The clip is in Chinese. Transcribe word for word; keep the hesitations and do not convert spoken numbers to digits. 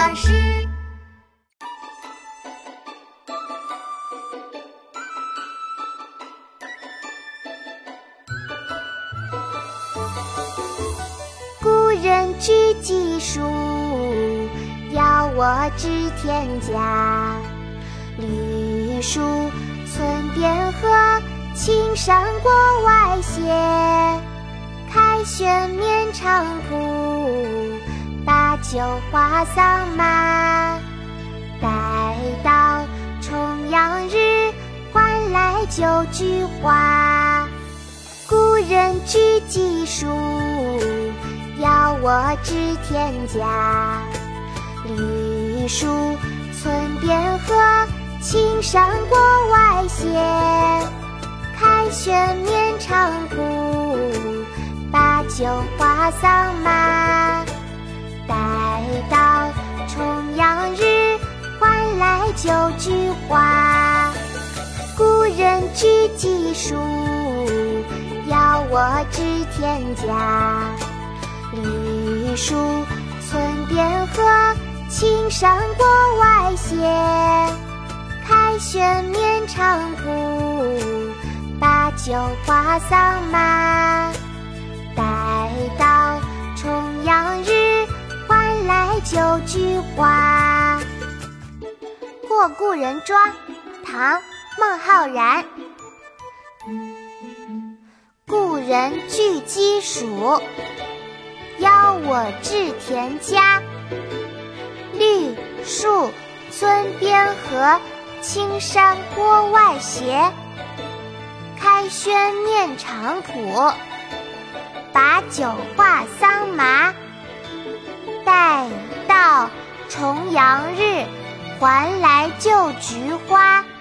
往事。 故人具鸡黍，邀我至田家。绿树村边合，青山郭外斜。开轩面场圃，把酒话桑麻。待到重阳日，还来就菊花。故人具鸡黍，邀我至田家。绿树村边合，青山郭外斜。开轩面场圃，把酒话桑麻。待到重阳日，还来就菊花。故人具鸡黍，邀我至田家。绿树村边合，青山郭外斜。开轩面场圃，把酒话桑麻。待到重阳日，还来就菊花。过故人庄，唐·孟浩然。故人具鸡黍，邀我至田家。绿树村边合，青山郭外斜。开轩面场圃，把酒话桑麻。待到重阳日，还来就菊花。